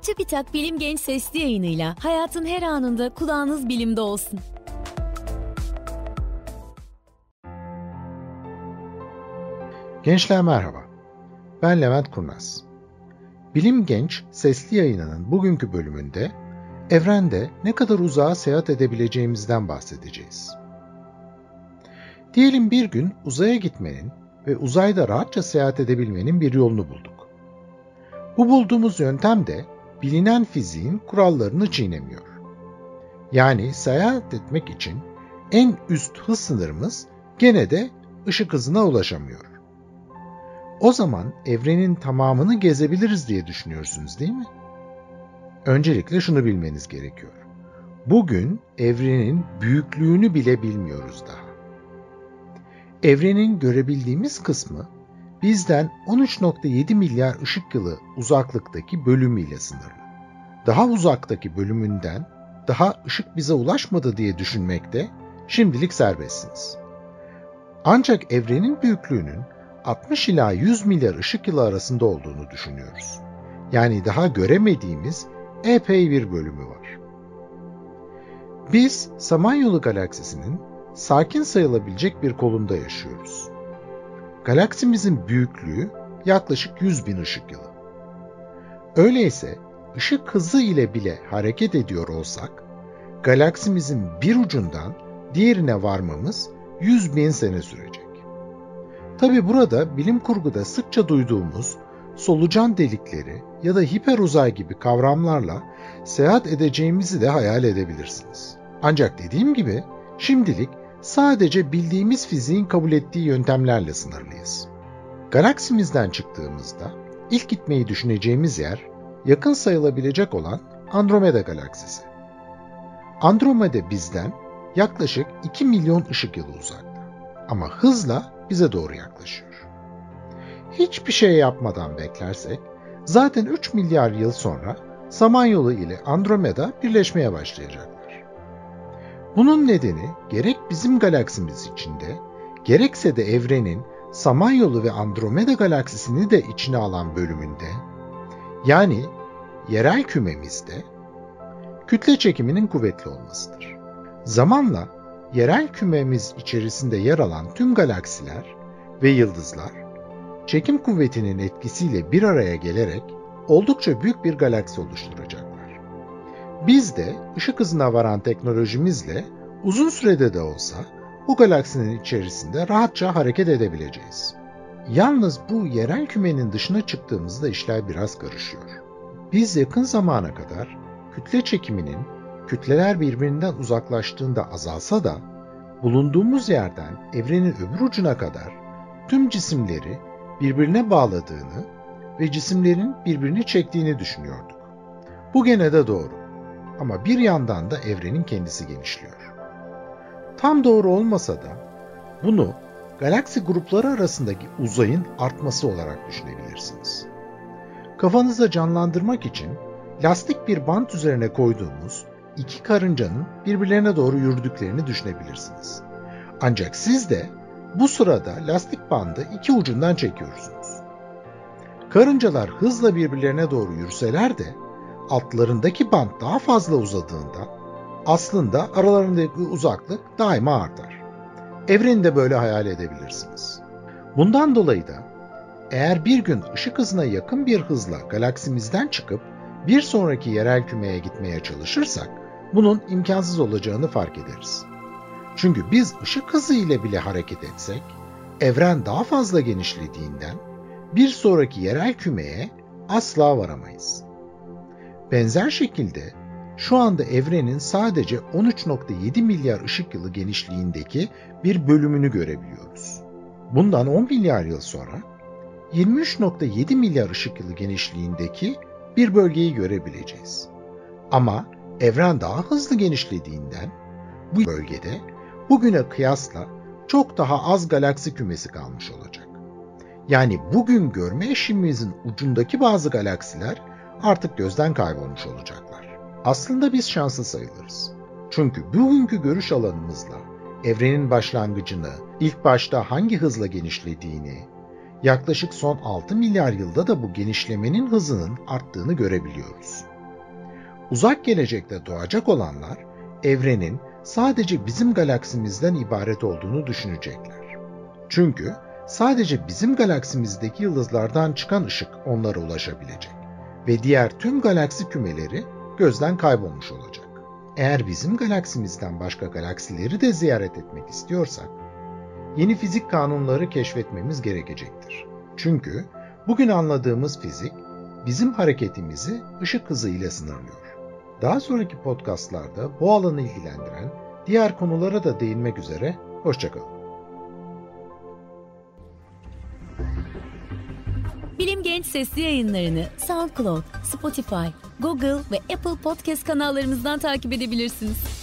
TÜBİTAK Bilim Genç sesli yayınıyla hayatın her anında kulağınız bilimde olsun. Gençler merhaba, ben Levent Kurnaz. Bilim Genç sesli yayınının bugünkü bölümünde evrende ne kadar uzağa seyahat edebileceğimizden bahsedeceğiz. Diyelim bir gün uzaya gitmenin ve uzayda rahatça seyahat edebilmenin bir yolunu bulduk. Bu bulduğumuz yöntem de bilinen fiziğin kurallarını çiğnemiyor. Yani seyahat etmek için en üst hız sınırımız gene de ışık hızına ulaşamıyor. O zaman evrenin tamamını gezebiliriz diye düşünüyorsunuz değil mi? Öncelikle şunu bilmeniz gerekiyor. Bugün evrenin büyüklüğünü bile bilmiyoruz daha. Evrenin görebildiğimiz kısmı bizden 13.7 milyar ışık yılı uzaklıktaki bölümüyle sınırlı. Daha uzaktaki bölümünden daha ışık bize ulaşmadı diye düşünmekte şimdilik serbestsiniz. Ancak evrenin büyüklüğünün 60 ila 100 milyar ışık yılı arasında olduğunu düşünüyoruz. Yani daha göremediğimiz epey bir bölümü var. Biz Samanyolu galaksisinin sakin sayılabilecek bir kolunda yaşıyoruz. Galaksimizin büyüklüğü yaklaşık 100.000 ışık yılı. Öyleyse ışık hızı ile bile hareket ediyor olsak, galaksimizin bir ucundan diğerine varmamız 100.000 sene sürecek. Tabi burada bilim kurguda sıkça duyduğumuz solucan delikleri ya da hiperuzay gibi kavramlarla seyahat edeceğimizi de hayal edebilirsiniz. Ancak dediğim gibi şimdilik sadece bildiğimiz fiziğin kabul ettiği yöntemlerle sınırlıyız. Galaksimizden çıktığımızda ilk gitmeyi düşüneceğimiz yer yakın sayılabilecek olan Andromeda galaksisi. Andromeda bizden yaklaşık 2 milyon ışık yılı uzakta ama hızla bize doğru yaklaşıyor. Hiçbir şey yapmadan beklersek zaten 3 milyar yıl sonra Samanyolu ile Andromeda birleşmeye başlayacaklar. Bunun nedeni gerek bizim galaksimiz içinde, gerekse de evrenin Samanyolu ve Andromeda galaksisini de içine alan bölümünde, yani yerel kümemizde kütle çekiminin kuvvetli olmasıdır. Zamanla yerel kümemiz içerisinde yer alan tüm galaksiler ve yıldızlar, çekim kuvvetinin etkisiyle bir araya gelerek oldukça büyük bir galaksi oluşturacaklar. Biz de ışık hızına varan teknolojimizle uzun sürede de olsa bu galaksinin içerisinde rahatça hareket edebileceğiz. Yalnız bu yerel kümenin dışına çıktığımızda işler biraz karışıyor. Biz yakın zamana kadar kütle çekiminin kütleler birbirinden uzaklaştığında azalsa da bulunduğumuz yerden evrenin öbür ucuna kadar tüm cisimleri birbirine bağladığını ve cisimlerin birbirini çektiğini düşünüyorduk. Bu gene de doğru. Ama bir yandan da evrenin kendisi genişliyor. Tam doğru olmasa da bunu galaksi grupları arasındaki uzayın artması olarak düşünebilirsiniz. Kafanızda canlandırmak için lastik bir bant üzerine koyduğumuz iki karıncanın birbirlerine doğru yürüdüklerini düşünebilirsiniz. Ancak siz de bu sırada lastik bandı iki ucundan çekiyorsunuz. Karıncalar hızla birbirlerine doğru yürüseler de altlarındaki bant daha fazla uzadığında aslında aralarındaki uzaklık daima artar. Evreni de böyle hayal edebilirsiniz. Bundan dolayı da eğer bir gün ışık hızına yakın bir hızla galaksimizden çıkıp bir sonraki yerel kümeye gitmeye çalışırsak bunun imkansız olacağını fark ederiz. Çünkü biz ışık hızı ile bile hareket etsek evren daha fazla genişlediğinden bir sonraki yerel kümeye asla varamayız. Benzer şekilde şu anda evrenin sadece 13.7 milyar ışık yılı genişliğindeki bir bölümünü görebiliyoruz. Bundan 10 milyar yıl sonra 23.7 milyar ışık yılı genişliğindeki bir bölgeyi görebileceğiz. Ama evren daha hızlı genişlediğinden bu bölgede bugüne kıyasla çok daha az galaksi kümesi kalmış olacak. Yani bugün görme eşiğimizin ucundaki bazı galaksiler artık gözden kaybolmuş olacaklar. Aslında biz şanslı sayılırız. Çünkü bugünkü görüş alanımızla evrenin başlangıcını, ilk başta hangi hızla genişlediğini, yaklaşık son 6 milyar yılda da bu genişlemenin hızının arttığını görebiliyoruz. Uzak gelecekte doğacak olanlar, evrenin sadece bizim galaksimizden ibaret olduğunu düşünecekler. Çünkü sadece bizim galaksimizdeki yıldızlardan çıkan ışık onlara ulaşabilecek ve diğer tüm galaksi kümeleri gözden kaybolmuş olacak. Eğer bizim galaksimizden başka galaksileri de ziyaret etmek istiyorsak, yeni fizik kanunları keşfetmemiz gerekecektir. Çünkü bugün anladığımız fizik, bizim hareketimizi ışık hızı ile sınırlıyor. Daha sonraki podcastlarda bu alanı ilgilendiren diğer konulara da değinmek üzere, hoşça kalın. Bilim Genç sesli yayınlarını SoundCloud, Spotify, Google ve Apple Podcast kanallarımızdan takip edebilirsiniz.